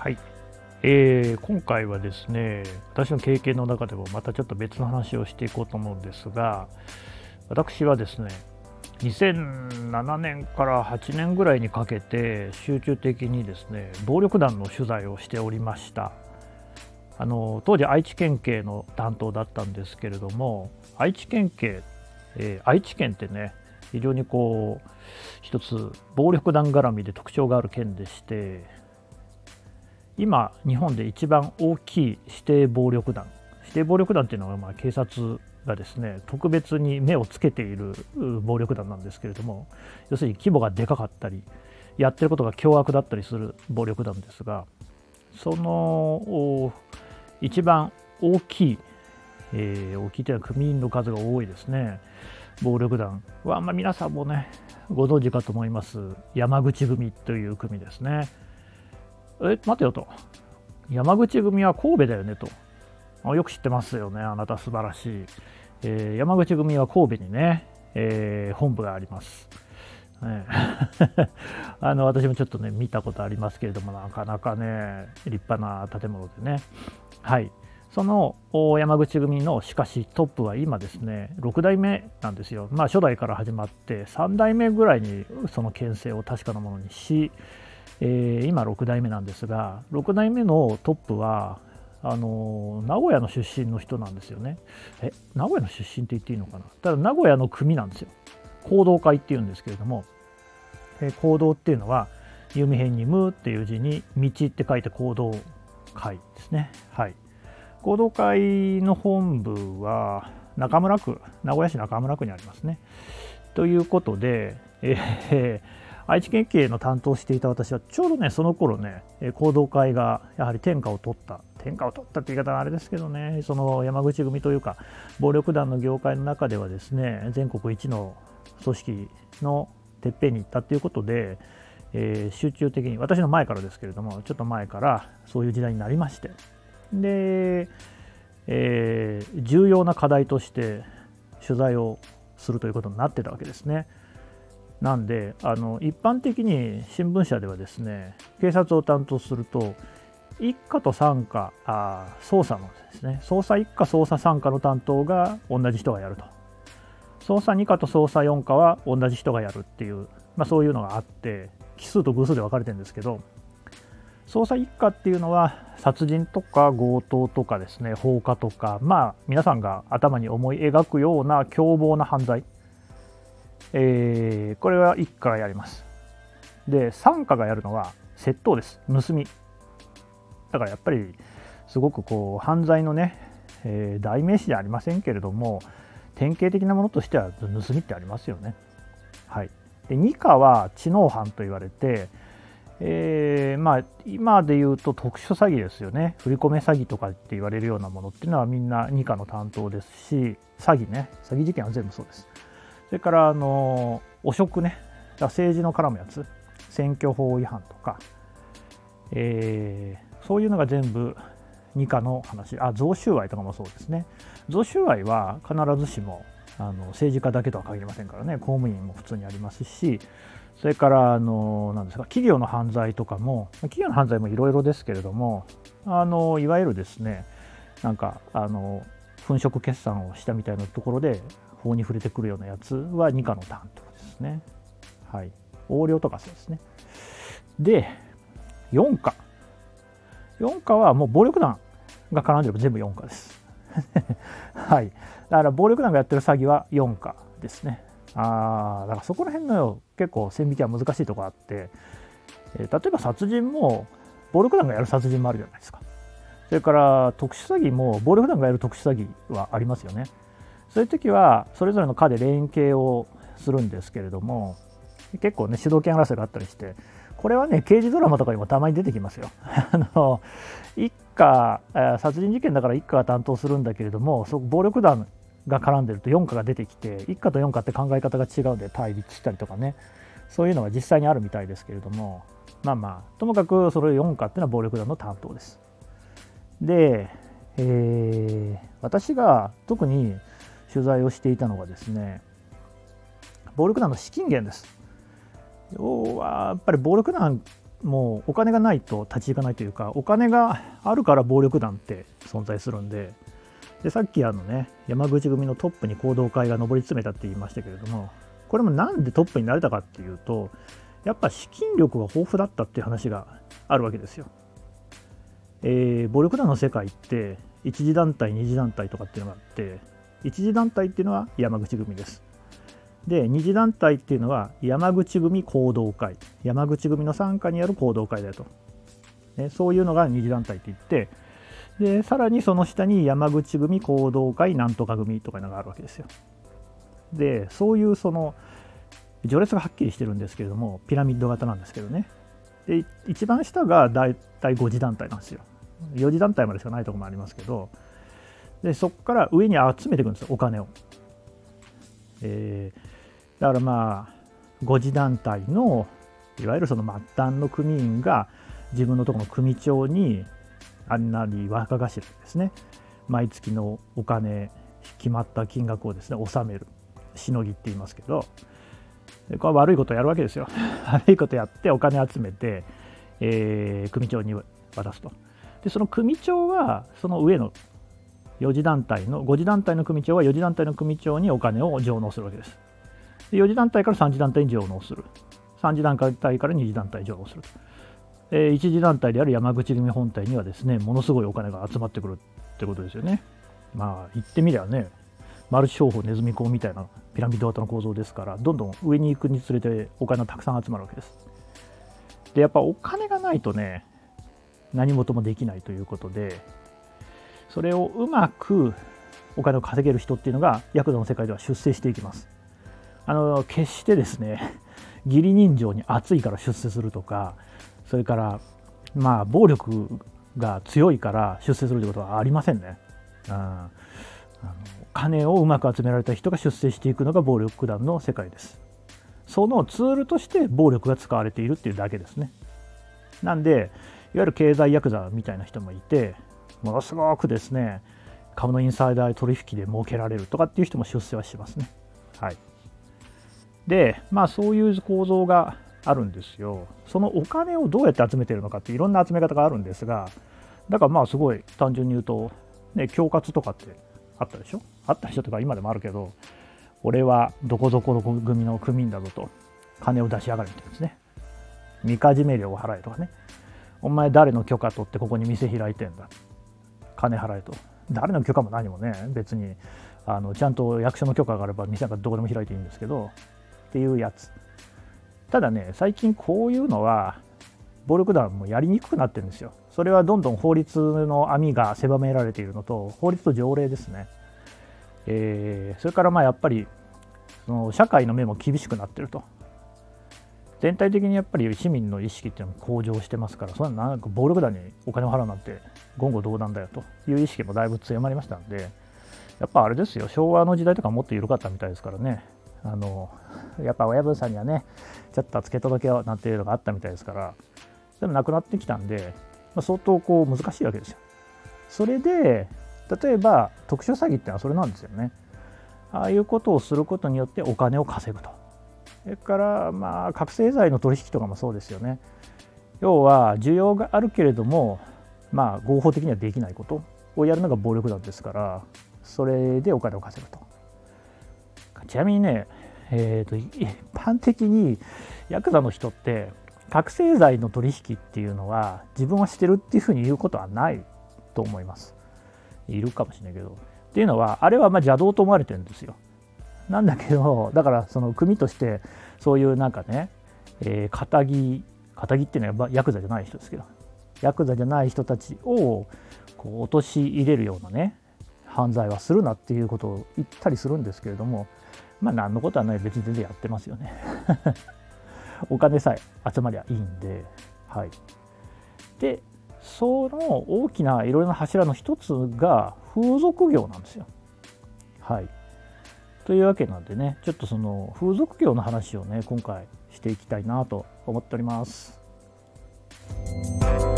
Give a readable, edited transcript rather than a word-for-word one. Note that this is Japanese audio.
はい、今回はですね、私の経験の中でもまたちょっと別の話をしていこうと思うんですが、私はですね、2007年から8年ぐらいにかけて集中的にですね、暴力団の取材をしておりました。当時愛知県警の担当だったんですけれども、愛知県警、愛知県ってね、非常に一つ暴力団絡みで特徴がある県でして、今日本で一番大きい指定暴力団っていうのは警察がですね特別に目をつけている暴力団なんですけれども、要するに規模がでかかったりやってることが凶悪だったりする暴力団ですが、その一番大きい、大きいというのは組員の数が多いですね暴力団は、皆さんもねご存知かと思います。山口組という組ですね。待てよと、山口組は神戸だよねと。よく知ってますよね、あなた素晴らしい。山口組は神戸にね、本部があります。私もちょっとね見たことありますけれども、なかなかね立派な建物でね。はい、その山口組のしかしトップは今ですね6代目なんですよ。初代から始まって3代目ぐらいにその権勢を確かなものにし、今6代目なんですが、6代目のトップは名古屋の出身の人なんですよね。名古屋の出身って言っていいのかな。ただ名古屋の組なんですよ。弘道会っていうんですけれども、弘道っていうのは弓辺に無っていう字に道って書いて弘道会ですね。はい、弘道会の本部は名古屋市中村区にありますね。ということで、愛知県警の担当していた私はちょうどねその頃ね弘道会がやはり天下を取ったって言い方はあれですけどね、その山口組というか暴力団の業界の中ではですね全国一の組織のてっぺんに行ったということで、集中的に私の前からですけれどもちょっと前からそういう時代になりまして、で、重要な課題として取材をするということになってたわけですね。なんで一般的に新聞社ではですね警察を担当すると一課と三課捜査のですね捜査一課捜査三課の担当が同じ人がやると、捜査二課と捜査四課は同じ人がやるっていう、そういうのがあって奇数と偶数で分かれてるんですけど、捜査一課っていうのは殺人とか強盗とかですね放火とか、皆さんが頭に思い描くような凶暴な犯罪、これは一課がやります。で三課がやるのは窃盗です。盗みだからやっぱりすごく犯罪のね、代名詞じゃありませんけれども典型的なものとしては盗みってありますよね。はい、で二課は知能犯と言われて、今で言うと特殊詐欺ですよね。振り込め詐欺とかって言われるようなものっていうのはみんな二課の担当ですし、詐欺事件は全部そうです。それから汚職ね、政治の絡むやつ、選挙法違反とか、そういうのが全部二課の話。贈収賄とかもそうですね。贈収賄は必ずしも政治家だけとは限りませんからね、公務員も普通にありますし、それから何ですか、企業の犯罪とかも、企業の犯罪もいろいろですけれども、いわゆるですねなんか粉飾決算をしたみたいなところで法に触れてくるようなやつは二課の担当ですね。はい、横領とかそうですね。で4課はもう暴力団が絡んでれば全部4課ですはい、だから暴力団がやってる詐欺は4課ですね。だからそこら辺の結構線引きは難しいところあって、例えば殺人も暴力団がやる殺人もあるじゃないですか。それから特殊詐欺も暴力団がやる特殊詐欺はありますよね。そういう時はそれぞれの課で連携をするんですけれども、結構ね主導権争いがあったりして、これはね刑事ドラマとかにもたまに出てきますよ一課殺人事件だから一課が担当するんだけれども、暴力団が絡んでると4課が出てきて、一課と4課って考え方が違うので対立したりとかね、そういうのが実際にあるみたいですけれども、ともかくそれ4課っていうのは暴力団の担当です。で、私が特に取材をしていたのがですね暴力団の資金源です。要はやっぱり暴力団もうお金がないと立ち行かないというか、お金があるから暴力団って存在するんで、さっき山口組のトップに弘道会が上り詰めたって言いましたけれども、これもなんでトップになれたかっていうと、やっぱ資金力が豊富だったっていう話があるわけですよ。暴力団の世界って1次団体2次団体とかっていうのがあって、1次団体っていうのは山口組です。で2次団体っていうのは山口組弘道会、山口組の傘下にある弘道会だと、そういうのが2次団体って言って、でさらにその下に山口組弘道会なんとか組とかいうのがあるわけですよ。でそういうその序列がはっきりしてるんですけれども、ピラミッド型なんですけどね。で一番下がだいたい5次団体なんですよ。4次団体までしかないところもありますけど、でそこから上に集めていくんですよ、お金を。だから5次団体のいわゆるその末端の組員が自分のところの組長にあんなに若頭ですね、毎月のお金決まった金額をですね納める、しのぎって言いますけど、これ悪いことをやるわけですよ。悪いことやってお金集めて、組長に渡すと。でその組長はその上の4次団体の5次団体の組長は4次団体の組長にお金を上納するわけです。で4次団体から3次団体に上納する、3次団体から2次団体に上納すると。1次団体である山口組本体にはですね、ものすごいお金が集まってくるってことですよね。言ってみればね、マルチ商法ネズミ講みたいなピラミッド型の構造ですから、どんどん上に行くにつれてお金がたくさん集まるわけです。でやっぱお金がないとね、何事もできないということで、それをうまくお金を稼げる人っていうのがヤクザの世界では出世していきます。決してですね、義理人情に熱いから出世するとか、それから暴力が強いから出世するということはありませんね。金をうまく集められた人が出世していくのが暴力団の世界です。そのツールとして暴力が使われているっていうだけですね。なんでいわゆる経済ヤクザみたいな人もいて、ものすごくですね株のインサイダー取引で儲けられるとかっていう人も出世はしますね。はい。でそういう構造があるんですよ。そのお金をどうやって集めてるのかっていろんな集め方があるんですが、だからすごい単純に言うと、恐喝とかってあったでしょ。あったでしょとか今でもあるけど、俺はどこどこの組の組員だぞと金を出しやがるみたいですね。みかじめ料を払えとかね。お前誰の許可取ってここに店開いてんだ、金払えと。誰の許可も何もね、別にちゃんと役所の許可があれば店なんかどこでも開いていいんですけどっていうやつ。ただね、最近こういうのは暴力団もやりにくくなってるんですよ。それはどんどん法律の網が狭められているのと、法律と条例ですね。それからやっぱりその社会の目も厳しくなってると。全体的にやっぱり市民の意識っていうのも向上してますから、そんな暴力団にお金を払うなんて言語道断だよという意識もだいぶ強まりましたんで、やっぱあれですよ、昭和の時代とかもっと緩かったみたいですからね。やっぱ親分さんにはね、ちょっとつけ届けようなんていうのがあったみたいですから、でもなくなってきたんで、相当難しいわけですよ。それで例えば特殊詐欺っていうのはそれなんですよね。ああいうことをすることによってお金を稼ぐと。それから覚醒剤の取引とかもそうですよね。要は需要があるけれども合法的にはできないことをやるのが暴力団ですから、それでお金を稼ぐと。ちなみにね、一般的にヤクザの人って覚醒剤の取引っていうのは自分はしてるっていうふうに言うことはないと思います。いるかもしれないけど、っていうのはあれは邪道と思われてるんですよ。なんだけど、だからその組としてそういう肩着っていうのはヤクザじゃない人ですけど、ヤクザじゃない人たちを陥れるようなね犯罪はするなっていうことを言ったりするんですけれども、何のことはない、別に全然やってますよね。お金さえ集まりゃいいんで、はい。でその大きないろいろな柱の一つが風俗業なんですよ。はい。というわけなんでね、ちょっとその風俗業の話をね今回していきたいなと思っております。